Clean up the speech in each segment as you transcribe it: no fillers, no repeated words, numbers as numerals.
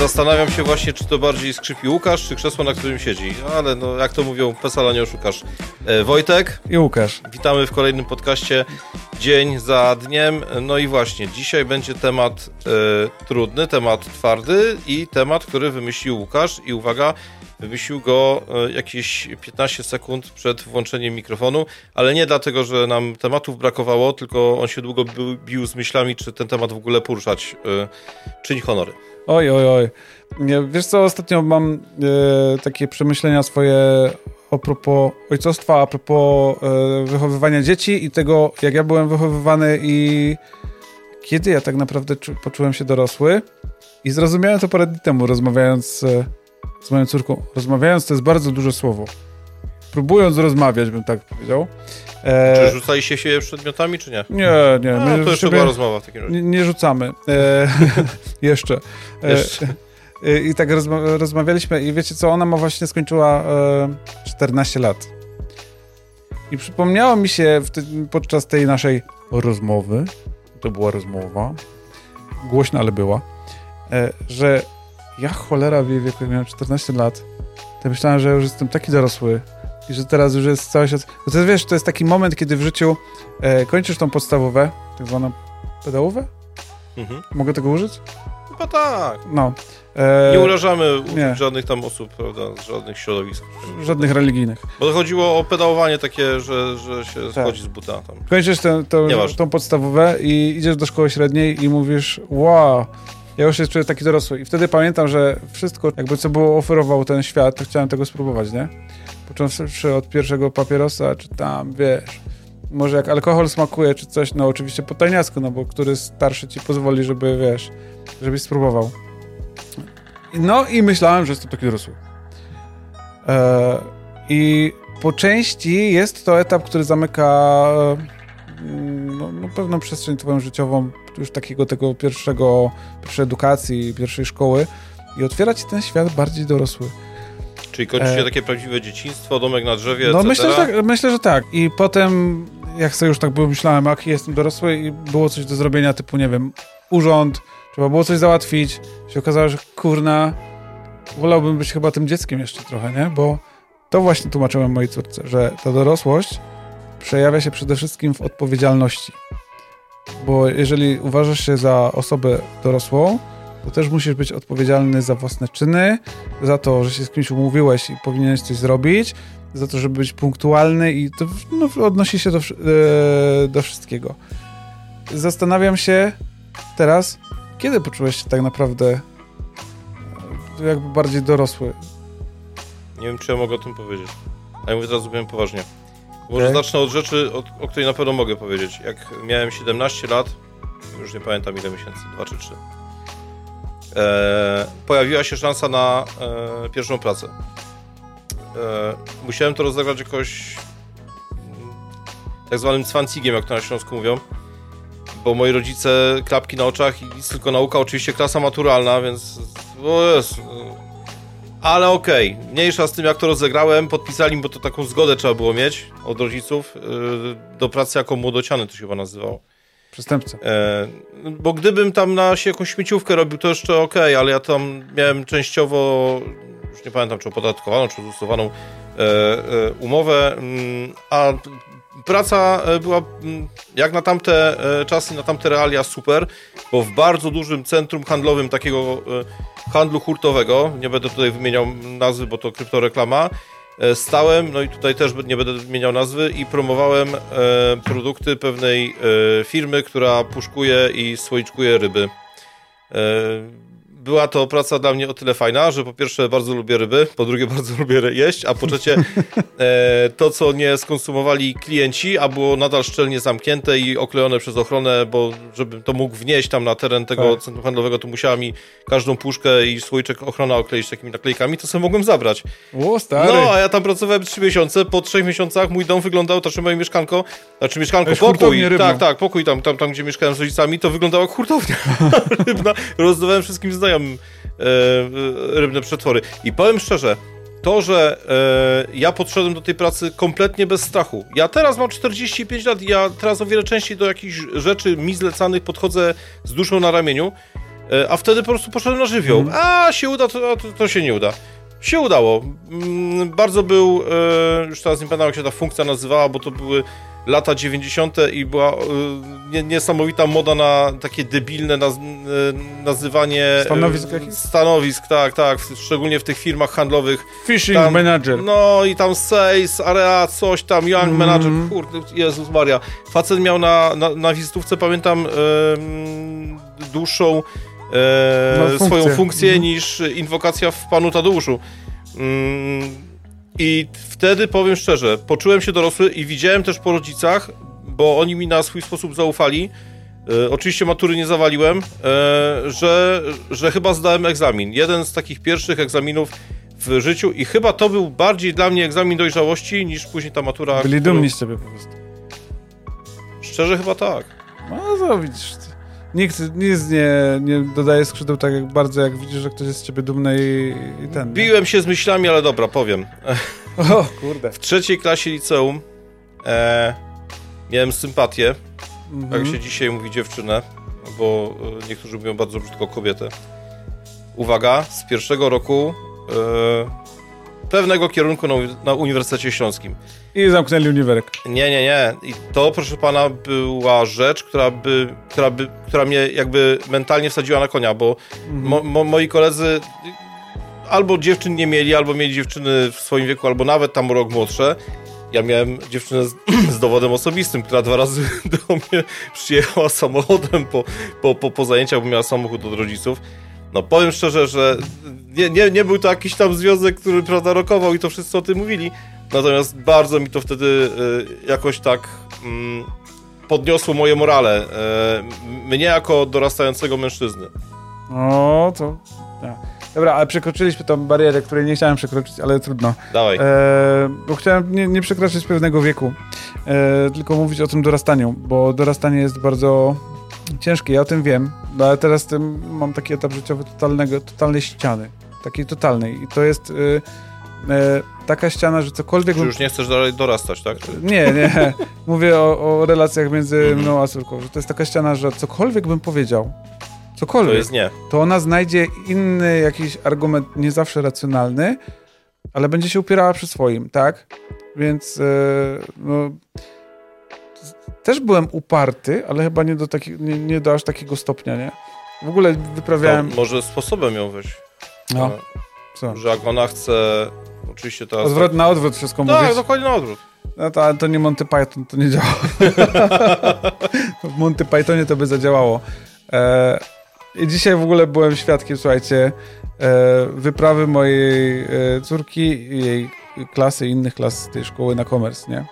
Zastanawiam się właśnie, czy to bardziej skrzypi Łukasz, czy krzesło, na którym siedzi. Ale no, jak to mówią, Pesala nie oszukasz. Wojtek i Łukasz. Witamy w kolejnym podcaście Dzień za dniem. No i właśnie, dzisiaj będzie temat trudny, temat twardy i temat, który wymyślił Łukasz. I uwaga, wymyślił go jakieś 15 sekund przed włączeniem mikrofonu, ale nie dlatego, że nam tematów brakowało, tylko on się długo bił z myślami, czy ten temat w ogóle poruszać. Czyń honory. Oj. Wiesz co, ostatnio mam takie przemyślenia swoje a propos ojcostwa, a propos wychowywania dzieci i tego, jak ja byłem wychowywany i kiedy ja tak naprawdę poczułem się dorosły. I zrozumiałem to parę dni temu, rozmawiając z moją córką. Rozmawiając to jest bardzo duże słowo. Próbując rozmawiać, bym tak powiedział. Czy rzucaliście się przedmiotami, czy nie? Nie. To jeszcze była rozmowa w takim razie. Nie rzucamy. Jeszcze. I tak rozmawialiśmy i wiecie co, ona ma właśnie skończyła 14 lat. I przypomniało mi się podczas tej naszej rozmowy, to była rozmowa, głośna, ale była, że ja cholera w jej wieku, jak miałem 14 lat, to myślałem, że już jestem taki dorosły i że teraz już jest cały świat... Bo to wiesz, to jest taki moment, kiedy w życiu kończysz tą podstawówę, tak zwaną pedałówę? Mhm. Mogę tego użyć? Chyba tak. No. Nie urażamy żadnych tam osób, prawda, z żadnych środowisk. Żadnych religijnych. Bo chodziło o pedałowanie takie, że się schodzi z buta. Tam. Kończysz tą podstawówę i idziesz do szkoły średniej i mówisz, wow, ja już się czuję taki dorosły. I wtedy pamiętam, że wszystko, jakby co było oferował ten świat, to chciałem tego spróbować, nie? Począwszy od pierwszego papierosa, czy tam, wiesz, może jak alkohol smakuje, czy coś, no oczywiście po tajniacku, no bo który starszy ci pozwoli, żeby, wiesz, żebyś spróbował. No i myślałem, że jestem taki dorosły. I po części jest to etap, który zamyka pewną przestrzeń twoją życiową, już tego pierwszej edukacji, pierwszej szkoły i otwiera ci ten świat bardziej dorosły. Czyli kończy się takie prawdziwe dzieciństwo, domek na drzewie, no etc. myślę, że tak. I potem, jak sobie już tak myślałem, jaki jestem dorosły i było coś do zrobienia, typu, nie wiem, urząd, trzeba było coś załatwić, się okazało, że kurna, wolałbym być chyba tym dzieckiem jeszcze trochę, nie? Bo to właśnie tłumaczyłem mojej córce, że ta dorosłość przejawia się przede wszystkim w odpowiedzialności. Bo jeżeli uważasz się za osobę dorosłą, to też musisz być odpowiedzialny za własne czyny, za to, że się z kimś umówiłeś i powinieneś coś zrobić, za to, żeby być punktualny i to odnosi się do wszystkiego. Zastanawiam się teraz, kiedy poczułeś się tak naprawdę jakby bardziej dorosły? Nie wiem, czy ja mogę o tym powiedzieć. A ja mówię teraz zupełnie poważnie. Może zacznę od rzeczy, o której na pewno mogę powiedzieć. Jak miałem 17 lat, już nie pamiętam ile miesięcy, 2 czy 3, pojawiła się szansa na pierwszą pracę. Musiałem to rozegrać jakoś tak zwanym cwancigiem, jak to na Śląsku mówią, bo moi rodzice klapki na oczach i nic, tylko nauka, oczywiście klasa maturalna, więc ale okej, mniejsza z tym, jak to rozegrałem, podpisali mi, bo to taką zgodę trzeba było mieć od rodziców do pracy jako młodociany, to się chyba nazywało. Przestępca. Bo gdybym tam na się jakąś śmieciówkę robił, to jeszcze okej, ale ja tam miałem częściowo, już nie pamiętam, czy opodatkowaną, czy ustosowaną umowę, a praca była jak na tamte czasy, na tamte realia super, bo w bardzo dużym centrum handlowym takiego handlu hurtowego, nie będę tutaj wymieniał nazwy, bo to kryptoreklama, stałem, no i tutaj też nie będę wymieniał nazwy i promowałem produkty pewnej firmy, która puszkuje i słoiczkuje ryby. Była to praca dla mnie o tyle fajna, że po pierwsze bardzo lubię ryby, po drugie bardzo lubię jeść, a po trzecie to, co nie skonsumowali klienci, a było nadal szczelnie zamknięte i oklejone przez ochronę, bo żebym to mógł wnieść tam na teren tego centrum handlowego, to musiała mi każdą puszkę i słoiczek ochrona okleić takimi naklejkami, to sobie mogłem zabrać. O, stary. No, a ja tam pracowałem 3 miesiące, po 3 miesiącach mój dom wyglądał, to znaczy moje mieszkanko, pokój, tak, pokój tam, gdzie mieszkałem z rodzicami, to wyglądało jak hurtownia rybna, rozdawałem wszystkim znajomym rybne przetwory. I powiem szczerze, to, że ja podszedłem do tej pracy kompletnie bez strachu. Ja teraz mam 45 lat i ja teraz o wiele częściej do jakichś rzeczy mi zlecanych podchodzę z duszą na ramieniu a wtedy po prostu poszedłem na żywioł. A się uda, to się nie uda. Się udało. Bardzo był, już teraz nie pamiętam jak się ta funkcja nazywała, bo to były lata 90. i była niesamowita moda na takie debilne nazywanie stanowisk, tak, szczególnie w tych firmach handlowych. Fishing manager. No i tam sales, area, coś tam, young manager, kurde, Jezus Maria. Facet miał na wizytówce, pamiętam, dłuższą swoją funkcję niż inwokacja w Panu Tadeuszu. I wtedy, powiem szczerze, poczułem się dorosły i widziałem też po rodzicach, bo oni mi na swój sposób zaufali, oczywiście matury nie zawaliłem, że chyba zdałem egzamin. Jeden z takich pierwszych egzaminów w życiu i chyba to był bardziej dla mnie egzamin dojrzałości niż później ta matura. Byli dumni z ciebie po prostu. Szczerze chyba tak. No to widzisz, nic nie dodaje skrzydeł tak jak bardzo, jak widzisz, że ktoś jest z ciebie dumny i ten. Biłem się z myślami, ale dobra, powiem. O, kurde. W 3. klasie liceum miałem sympatię, jak się dzisiaj mówi dziewczynę, bo niektórzy mówią bardzo brzydko kobietę. Uwaga, z 1. roku pewnego kierunku na Uniwersytecie Śląskim. I zamknęli uniwerek. Nie. I to, proszę pana, była rzecz, która mnie jakby mentalnie wsadziła na konia, bo moi koledzy albo dziewczyn nie mieli, albo mieli dziewczyny w swoim wieku, albo nawet tam rok młodsze. Ja miałem dziewczynę z dowodem osobistym, która 2 razy do mnie przyjechała samochodem po zajęciach, bo miała samochód od rodziców. No powiem szczerze, że nie był to jakiś tam związek, który, prawda, rokował i to wszyscy o tym mówili. Natomiast bardzo mi to wtedy jakoś tak podniosło moje morale. Mnie jako dorastającego mężczyzny. O, to... Tak. Dobra, ale przekroczyliśmy tą barierę, której nie chciałem przekroczyć, ale trudno. Dawaj. Bo chciałem nie przekroczyć pewnego wieku, tylko mówić o tym dorastaniu, bo dorastanie jest bardzo ciężkie, ja o tym wiem, ale teraz mam taki etap życiowy totalnej ściany, takiej totalnej i to jest taka ściana, że cokolwiek... Czy już nie chcesz dalej dorastać, tak? Nie. Mówię o relacjach między mną a córką, że to jest taka ściana, że cokolwiek bym powiedział, cokolwiek, to jest nie. To ona znajdzie inny jakiś argument, nie zawsze racjonalny, ale będzie się upierała przy swoim, tak? Więc też byłem uparty, ale chyba nie do aż takiego stopnia, nie? W ogóle wyprawiałem... To może sposobem ją weź. No. Co? Że jak ona chce... Oczywiście teraz... Na odwrót wszystko mówić. Tak, dokładnie na odwrót. No to nie Monty Python, to nie działa. W Monty Pythonie to by zadziałało. I dzisiaj w ogóle byłem świadkiem, słuchajcie, wyprawy mojej córki i jej klasy i innych klas z tej szkoły na commerce, nie?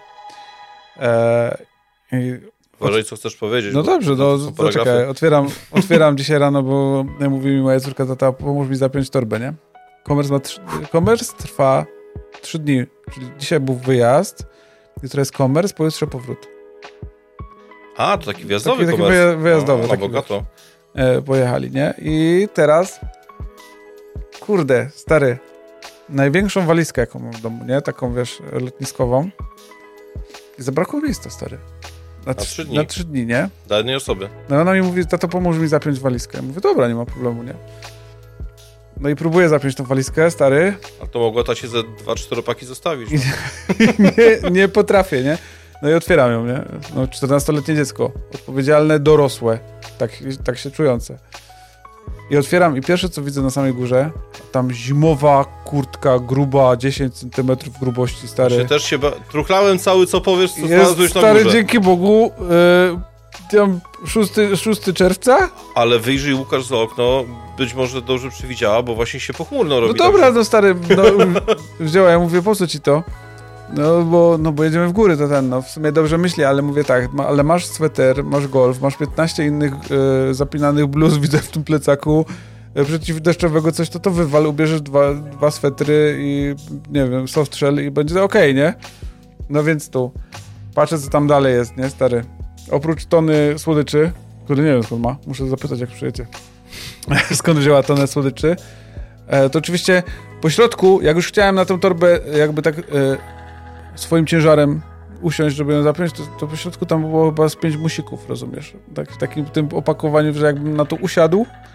Uważaj, co chcesz powiedzieć. No dobrze, poczekaj, otwieram dzisiaj rano, bo mówi mi moja córka, tata, pomóż mi zapiąć torbę, nie? Commerce trwa 3 dni, czyli dzisiaj był wyjazd, jutro jest commerce, pojutrze powrót. A, to taki wjazdowy commerce. Taki wyjazdowy. No bogato. Pojechali, nie? I teraz, kurde, stary, największą walizkę, jaką mam w domu, nie? Taką, wiesz, lotniskową. I zabrakło miejsca, stary. Na 3 dni. Na 3 dni, nie? Dla jednej osoby. No ona mi mówi, tato, pomóż mi zapiąć walizkę. Ja mówię, dobra, nie ma problemu, nie? No i próbuję zapiąć tą walizkę, stary. A to mogła ta się ze 2-4 paki zostawić. No. nie potrafię, nie? No i otwieram ją, nie? No 14-letnie dziecko. Odpowiedzialne, dorosłe. Tak się czujące. I otwieram i pierwsze, co widzę na samej górze, tam zimowa kurtka gruba, 10 cm grubości, stary. Też się truchlałem cały, co powiesz, co znalazłeś na górze. Stary, dzięki Bogu, 6 czerwca? Ale wyjrzyj, Łukasz, za okno, być może dobrze przewidziała, bo właśnie się pochmurno robi. No dobra, no stary, wzięła, ja mówię, po co ci to? No bo jedziemy w góry, to w sumie dobrze myśli, ale mówię tak, ale masz sweter, masz golf, masz 15 innych zapinanych bluz, widzę w tym plecaku, przeciwdeszczowego coś, to wywal, ubierzesz dwa swetry i nie wiem, soft shell i będzie okej, nie? No więc tu, patrzę, co tam dalej jest, nie, stary? Oprócz tony słodyczy, który nie wiem skąd ma, muszę zapytać, jak przyjedzie, skąd wzięła tonę słodyczy, to oczywiście po środku, jak już chciałem na tę torbę jakby tak swoim ciężarem usiąść, żeby ją zapiąć, to po środku tam było chyba z 5 musików, rozumiesz? Tak, w takim tym opakowaniu, że jakbym na to usiadł,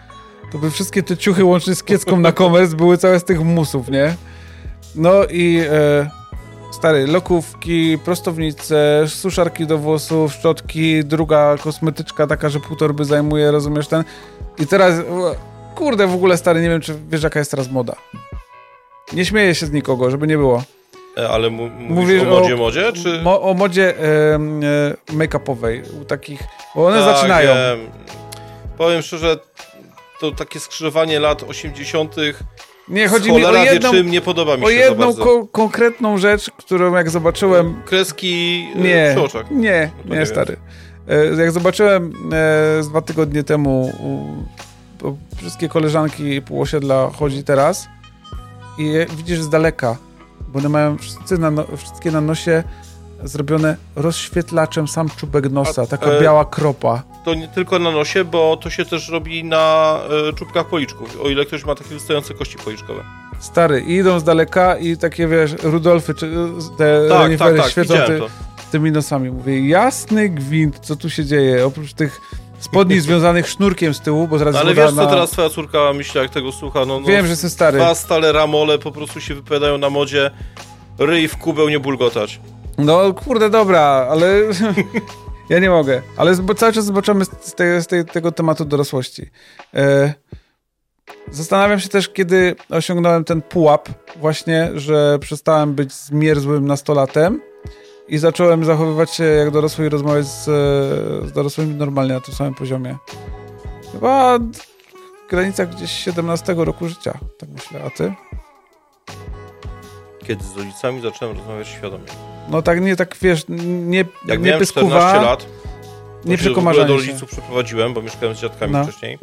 to by wszystkie te ciuchy łącznie z kiecką na komers były całe z tych musów, nie? No i stary, lokówki, prostownice, suszarki do włosów, szczotki, druga kosmetyczka taka, że pół torby zajmuje, rozumiesz ten? I teraz, kurde, w ogóle stary, nie wiem, czy wiesz, jaka jest teraz moda. Nie śmieję się z nikogo, żeby nie było. Ale mówisz o modzie, czy? O modzie make-upowej, u takich, bo one zaczynają. Powiem szczerze, to takie skrzyżowanie lat 80. Nie, chodzi mi o jedną, czym nie podoba mi się o jedną konkretną rzecz, którą jak zobaczyłem... Kreski przy oczach. Nie, stary. Jak zobaczyłem z 2 tygodnie temu wszystkie koleżanki pół osiedla chodzi teraz i widzisz z daleka, bo one mają wszystkie na nosie zrobione rozświetlaczem sam czubek nosa, taka biała kropa. To nie tylko na nosie, bo to się też robi na czubkach policzków, o ile ktoś ma takie wystające kości policzkowe. Stary, i idą z daleka i takie, wiesz, Rudolfy, czy te renifery świecą tymi nosami. Mówię, jasny gwint, co tu się dzieje, oprócz tych spodni związanych sznurkiem z tyłu, bo zaraz... Ale wiesz, co teraz twoja córka myśli, jak tego słucha? Wiem, że jestem stary. 2 stale ramole po prostu się wypowiadają na modzie, ryj w kubeł, nie bulgotać. No, kurde, dobra, ale ja nie mogę. Ale cały czas zobaczymy z tego tematu dorosłości. Zastanawiam się też, kiedy osiągnąłem ten pułap właśnie, że przestałem być zmierzłym nastolatem i zacząłem zachowywać się jak dorosły i rozmawiać z dorosłymi normalnie na tym samym poziomie. Chyba w granicach gdzieś 17 roku życia, tak myślę. A ty? Kiedy z rodzicami zacząłem rozmawiać świadomie. No tak, nie tak, wiesz, nie jak nie miałem pyskuwa, 14 lat, nie przekomarzałem się. Do rodziców przeprowadziłem, bo mieszkałem z dziadkami wcześniej.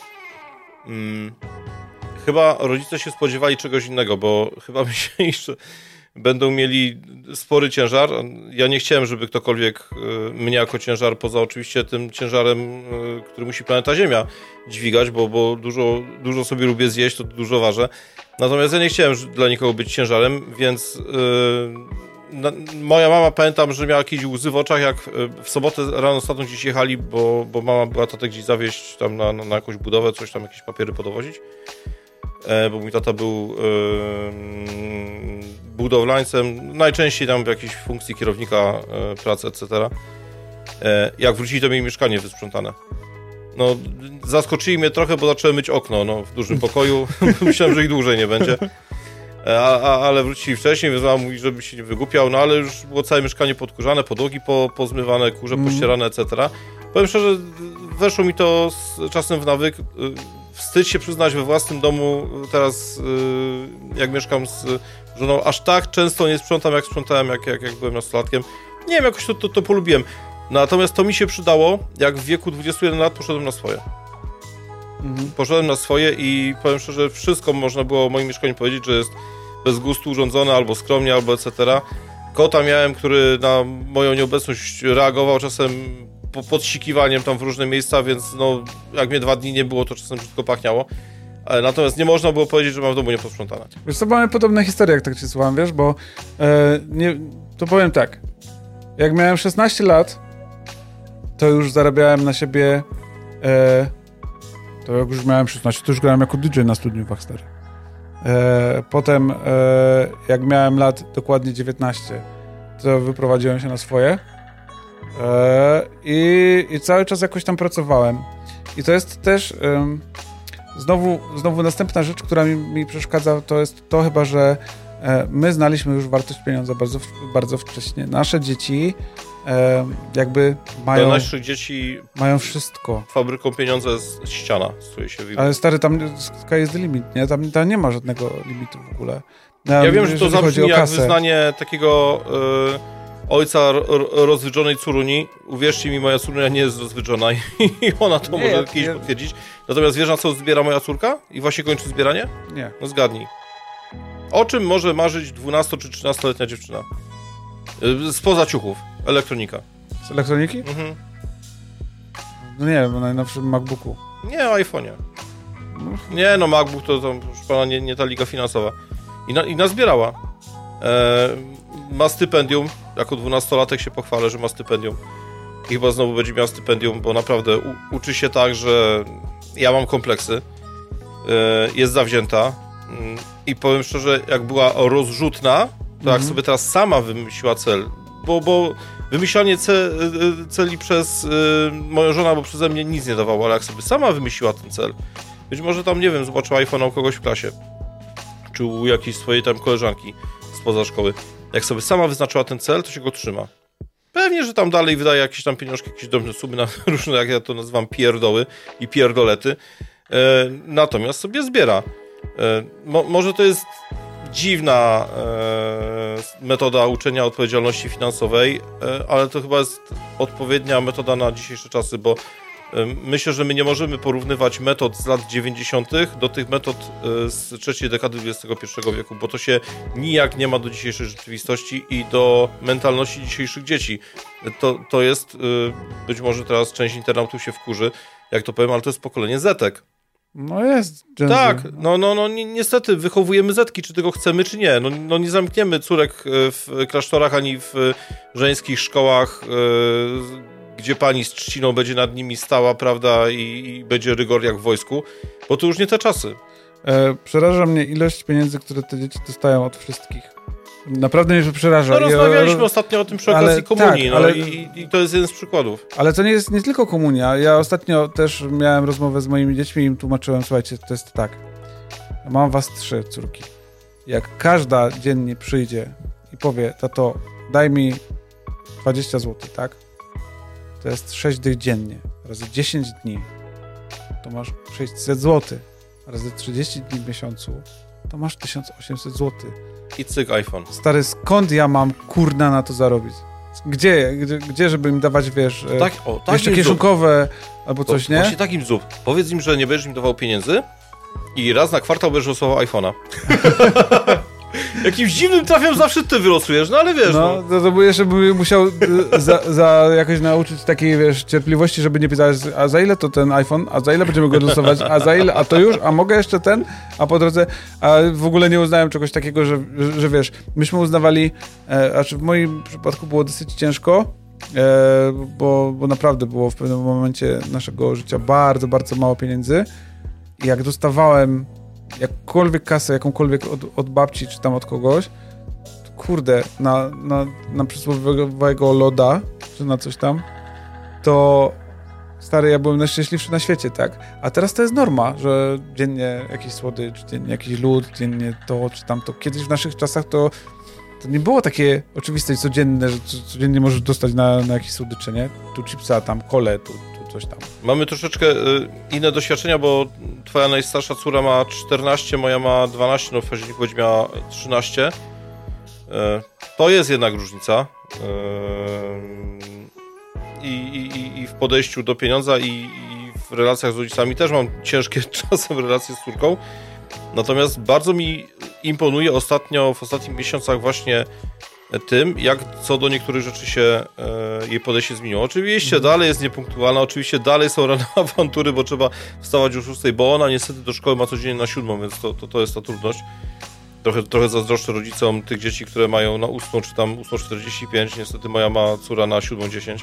Chyba rodzice się spodziewali czegoś innego, bo chyba myśleli, że będą mieli spory ciężar. Ja nie chciałem, żeby ktokolwiek mnie jako ciężar, poza oczywiście tym ciężarem, który musi planeta Ziemia dźwigać, bo dużo sobie lubię zjeść, to dużo ważę. Natomiast ja nie chciałem dla nikogo być ciężarem, więc moja mama, pamiętam, że miała jakieś łzy w oczach, jak w sobotę rano z tatą gdzieś jechali, bo mama była tatę gdzieś zawieźć tam na jakąś budowę, coś tam, jakieś papiery podowozić. Bo mój tata był budowlańcem, najczęściej tam w jakiejś funkcji kierownika pracy, etc. Jak wrócili, to mieli mieszkanie wysprzątane. No, zaskoczyli mnie trochę, bo zacząłem myć okno w dużym pokoju. Myślałem, że ich dłużej nie będzie. Ale wrócili wcześniej, więc mama mówi, żeby się nie wygłupiał, no ale już było całe mieszkanie podkurzane, podłogi pozmywane, kurze pościerane, etc. Powiem szczerze, weszło mi to z czasem w nawyk. Wstyd się przyznać, we własnym domu teraz, jak mieszkam z żoną, aż tak często nie sprzątam, jak sprzątałem, jak byłem nastolatkiem. Nie wiem, jakoś to polubiłem. Natomiast to mi się przydało, jak w wieku 21 lat poszedłem na swoje. Poszedłem na swoje i powiem szczerze, wszystko można było o moim mieszkaniu powiedzieć, że jest bez gustu urządzone, albo skromnie, albo etc. Kota miałem, który na moją nieobecność reagował czasem podsikiwaniem tam w różne miejsca, więc no, jak mnie 2 dni nie było, to czasem wszystko pachniało. Natomiast nie można było powiedzieć, że mam w domu nieposprzątane. Wiesz co, mamy podobne historie, jak tak cię słucham, wiesz, bo to powiem tak. Jak miałem 16 lat, to już zarabiałem na siebie to jak już miałem 16, to już grałem jako DJ na studiówach, stary. Potem jak miałem lat dokładnie 19, to wyprowadziłem się na swoje i cały czas jakoś tam pracowałem. I to jest też znowu następna rzecz, która mi przeszkadza, to jest to chyba, że my znaliśmy już wartość pieniądza bardzo, bardzo wcześnie. Nasze dzieci jakby mają... Dla naszych dzieci mają wszystko. Fabryką pieniądza jest ściana, z której się wyjdzie. Ale stary, tam sky is the limit, nie? Tam nie ma żadnego limitu w ogóle. Ja wiem, że to zabrzmi jak wyznanie takiego ojca rozwydrzonej córuni. Uwierzcie mi, moja córka nie jest rozwydrzona i ona to może kiedyś potwierdzić. Natomiast wiesz, na co zbiera moja córka? I właśnie kończy zbieranie? Nie. No zgadnij. O czym może marzyć 12 czy 13-letnia dziewczyna? Spoza ciuchów. Elektronika. Z elektroniki? Mhm. No nie wiem, na najnowszym MacBooku. Nie, o iPhone'ie. Nie, no MacBook to proszę pana, nie ta liga finansowa. I nazbierała. Ma stypendium. Jako 12-latek się pochwalę, że ma stypendium. I chyba znowu będzie miała stypendium, bo naprawdę uczy się tak, że ja mam kompleksy. jest zawzięta i powiem szczerze, jak była rozrzutna, to jak sobie teraz sama wymyśliła cel, bo wymyślanie celi przez moją żonę albo przeze mnie nic nie dawało, ale jak sobie sama wymyśliła ten cel, być może tam, nie wiem, zobaczyła iPhone'a u kogoś w klasie, czy u jakiejś swojej tam koleżanki spoza szkoły. Jak sobie sama wyznaczyła ten cel, to się go trzyma. Pewnie, że tam dalej wydaje jakieś tam pieniążki, jakieś drobne sumy na różne, jak ja to nazywam, pierdoły i pierdolety. Natomiast sobie zbiera. Może to jest dziwna metoda uczenia odpowiedzialności finansowej, ale to chyba jest odpowiednia metoda na dzisiejsze czasy, bo myślę, że my nie możemy porównywać metod z lat 90. do tych metod z trzeciej dekady XXI wieku, bo to się nijak nie ma do dzisiejszej rzeczywistości i do mentalności dzisiejszych dzieci. To jest, być może teraz część internautów się wkurzy, jak to powiem, ale to jest pokolenie Zetek. No jest. Tak, niestety wychowujemy Zetki, czy tego chcemy, czy nie. No nie zamkniemy córek w klasztorach, ani w żeńskich szkołach, gdzie pani z trzciną będzie nad nimi stała, prawda, i będzie rygor jak w wojsku, bo to już nie te czasy. Przeraża mnie ilość pieniędzy, które te dzieci dostają od wszystkich. Naprawdę mnie to przeraża. No rozmawialiśmy ostatnio o tym przy okazji komunii, tak, i to jest jeden z przykładów. Ale to nie jest nie tylko komunia. Ja ostatnio też miałem rozmowę z moimi dziećmi i im tłumaczyłem, słuchajcie, to jest tak. Mam was 3 córki. Jak każda dziennie przyjdzie i powie, tato, daj mi 20 zł, tak? To jest 6 dych dziennie. Razy 10 dni to masz 600 zł. Razy 30 dni w miesiącu to masz 1800 zł. I cyk iPhone. Stary, skąd ja mam kurna na to zarobić? Gdzie żeby im dawać, wiesz, jeszcze kieszonkowe albo coś, nie? Właśnie takim zrób. Powiedz im, że nie będziesz im dawał pieniędzy i raz na kwartał będziesz losował iPhone'a. Jakimś dziwnym trafem zawsze ty wylosujesz, no ale wiesz. No. To jeszcze bym musiał jakoś nauczyć takiej, wiesz, cierpliwości, żeby nie pisać, a za ile to ten iPhone, a za ile będziemy go losować, a za ile, a to już, a mogę jeszcze ten, a po drodze, a w ogóle nie uznałem czegoś takiego, że wiesz, myśmy uznawali, w moim przypadku było dosyć ciężko, bo naprawdę było w pewnym momencie naszego życia bardzo, bardzo mało pieniędzy i jak dostawałem jakkolwiek kasę, jakąkolwiek od babci, czy tam od kogoś, to kurde, na przysłowiowego loda, czy na coś tam, to stary, ja byłem najszczęśliwszy na świecie, tak? A teraz to jest norma, że dziennie jakiś słodycz, dziennie jakiś lód, dziennie to, czy tamto. Kiedyś w naszych czasach to nie było takie oczywiste i codzienne, że codziennie możesz dostać na jakieś słodycze, nie? Tu chipsa, tam kole, tu coś tam. Mamy troszeczkę inne doświadczenia, bo twoja najstarsza córa ma 14, moja ma 12, no w październiku będzie miała 13. To jest jednak różnica. I w podejściu do pieniądza i w relacjach z rodzicami też mam ciężkie czasem relacje z córką. Natomiast bardzo mi imponuje w ostatnich miesiącach właśnie tym, jak co do niektórych rzeczy się jej podejście zmieniło. Oczywiście dalej jest niepunktualna, oczywiście dalej są rane awantury, bo trzeba wstawać o 6, bo ona niestety do szkoły ma codziennie na 7, więc to jest ta trudność. Trochę zazdroszczę rodzicom tych dzieci, które mają na 8 czy tam 8:45. Niestety moja ma córa na 7:10.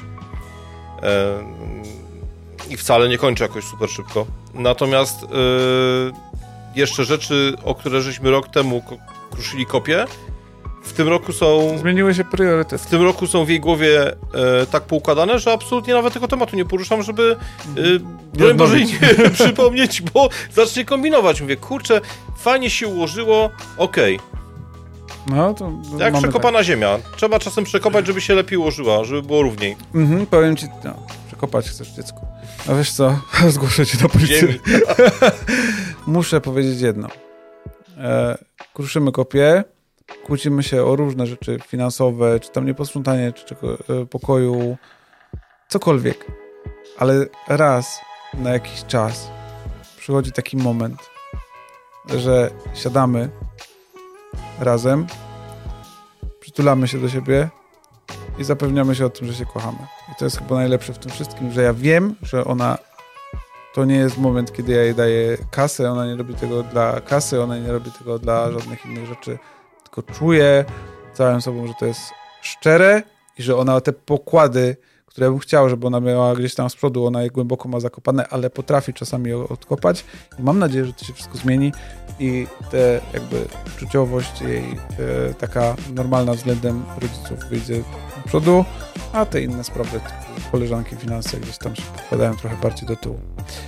I wcale nie kończy jakoś super szybko. Natomiast jeszcze rzeczy, o które żeśmy rok temu kruszyli kopie, w tym roku są... Zmieniły się priorytety. W tym roku są w jej głowie tak poukładane, że absolutnie nawet tego tematu nie poruszam, żeby broń Boże nie przypomnieć, bo zacznie kombinować. Mówię, kurczę, fajnie się ułożyło, okej. No, to jak przekopana ziemia. Trzeba czasem przekopać, żeby się lepiej ułożyła, żeby było równiej. Powiem ci, przekopać chcesz, dziecko. A wiesz co? Zgłoszę cię na policję. Muszę powiedzieć jedno. Kruszymy kopię, kłócimy się o różne rzeczy finansowe, czy tam nieposprzątanie, czy pokoju, cokolwiek. Ale raz na jakiś czas przychodzi taki moment, że siadamy razem, przytulamy się do siebie i zapewniamy się o tym, że się kochamy. I to jest chyba najlepsze w tym wszystkim, że ja wiem, że ona to nie jest moment, kiedy ja jej daję kasę, ona nie robi tego dla kasy, ona nie robi tego dla żadnych innych rzeczy, tylko czuję całym sobą, że to jest szczere i że ona te pokłady, które bym chciał, żeby ona miała gdzieś tam z przodu, ona je głęboko ma zakopane, ale potrafi czasami je odkopać i mam nadzieję, że to się wszystko zmieni i te jakby uczuciowość jej taka normalna względem rodziców wyjdzie do przodu, a te inne sprawy, koleżanki, finanse gdzieś tam się podpadają trochę bardziej do tyłu.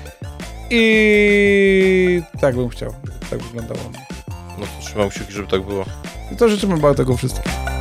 I tak bym chciał, żeby tak wyglądało. No to trzymam kciuki, żeby tak było. I to życzymy bardzo tego wszystkiego.